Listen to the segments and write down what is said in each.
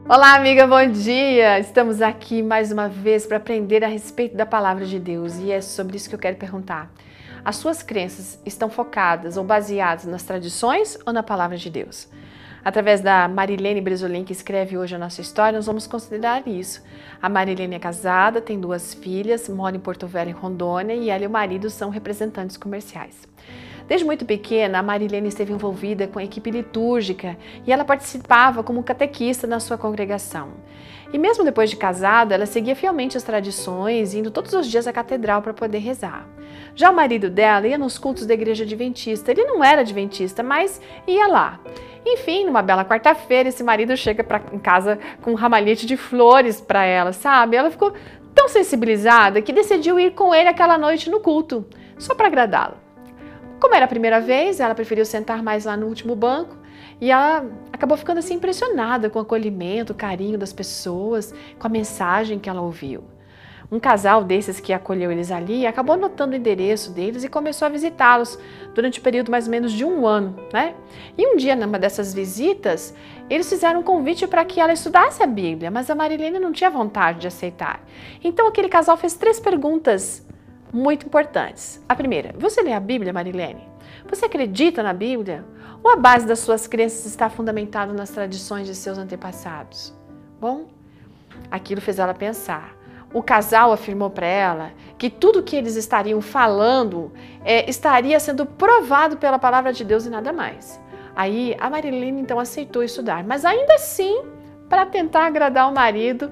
Olá, amiga, bom dia! Estamos aqui mais uma vez para aprender a respeito da Palavra de Deus e é sobre isso que eu quero perguntar. As suas crenças estão focadas ou baseadas nas tradições ou na Palavra de Deus? Através da Marilene Bresolin, que escreve hoje a nossa história, nós vamos considerar isso. A Marilene é casada, tem 2 filhas, mora em Porto Velho, em Rondônia, e ela e o marido são representantes comerciais. Desde muito pequena, a Marilene esteve envolvida com a equipe litúrgica e ela participava como catequista na sua congregação. E mesmo depois de casada, ela seguia fielmente as tradições, indo todos os dias à catedral para poder rezar. Já o marido dela ia nos cultos da igreja adventista. Ele não era adventista, mas ia lá. Enfim, numa bela quarta-feira, esse marido chega em casa com um ramalhete de flores para ela, sabe? Ela ficou tão sensibilizada que decidiu ir com ele aquela noite no culto, só para agradá-lo. Como era a primeira vez, ela preferiu sentar mais lá no último banco e ela acabou ficando assim impressionada com o acolhimento, o carinho das pessoas, com a mensagem que ela ouviu. Um casal desses que acolheu eles ali acabou anotando o endereço deles e começou a visitá-los durante o período mais ou menos de 1 ano, né? E um dia, numa dessas visitas, eles fizeram um convite para que ela estudasse a Bíblia, mas a Marilene não tinha vontade de aceitar. Então aquele casal fez 3 perguntas muito importantes. A primeira: você lê a Bíblia, Marilene? Você acredita na Bíblia? Ou a base das suas crenças está fundamentada nas tradições de seus antepassados? Bom, aquilo fez ela pensar. O casal afirmou para ela que tudo que eles estariam falando estaria sendo provado pela palavra de Deus e nada mais. Aí a Marilene então aceitou estudar, mas ainda assim para tentar agradar o marido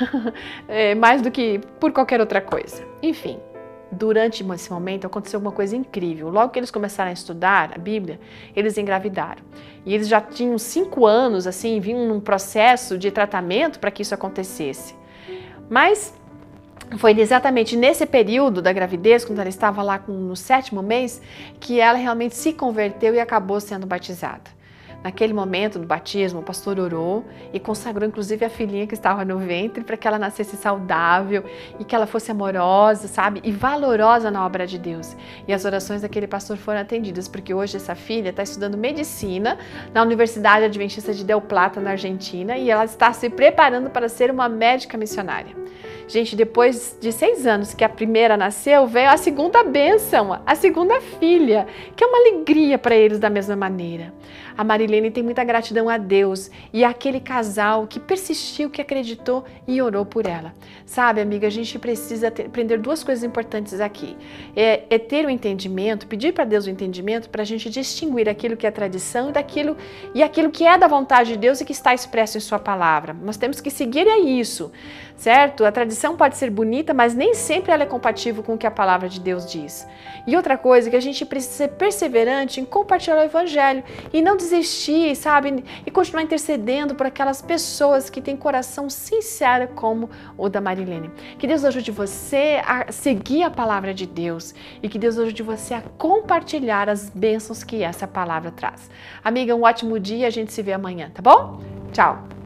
mais do que por qualquer outra coisa. Enfim. Durante esse momento aconteceu uma coisa incrível. Logo que eles começaram a estudar a Bíblia, eles engravidaram. E eles já tinham 5 anos, assim, vinham num processo de tratamento para que isso acontecesse. Mas foi exatamente nesse período da gravidez, quando ela estava lá no 7º mês, que ela realmente se converteu e acabou sendo batizada. Naquele momento do batismo, o pastor orou e consagrou inclusive a filhinha que estava no ventre para que ela nascesse saudável e que ela fosse amorosa, sabe? E valorosa na obra de Deus. E as orações daquele pastor foram atendidas, porque hoje essa filha está estudando medicina na Universidade Adventista de Del Plata, na Argentina, e ela está se preparando para ser uma médica missionária. Gente, depois de 6 anos que a primeira nasceu, veio a segunda bênção, a segunda filha, que é uma alegria para eles da mesma maneira. A Marilene tem muita gratidão a Deus e àquele casal que persistiu, que acreditou e orou por ela. Sabe, amiga, a gente precisa aprender 2 coisas importantes aqui. É ter o entendimento, pedir para Deus o entendimento para a gente distinguir aquilo que é tradição e aquilo que é da vontade de Deus e que está expresso em sua palavra. Nós temos que seguir isso, certo? A tradição pode ser bonita, mas nem sempre ela é compatível com o que a palavra de Deus diz. E outra coisa, que a gente precisa ser perseverante em compartilhar o evangelho e não desistir, sabe? E continuar intercedendo por aquelas pessoas que têm coração sincero como o da Marilene. Que Deus ajude você a seguir a palavra de Deus e que Deus ajude você a compartilhar as bênçãos que essa palavra traz. Amiga, um ótimo dia, a gente se vê amanhã, tá bom? Tchau!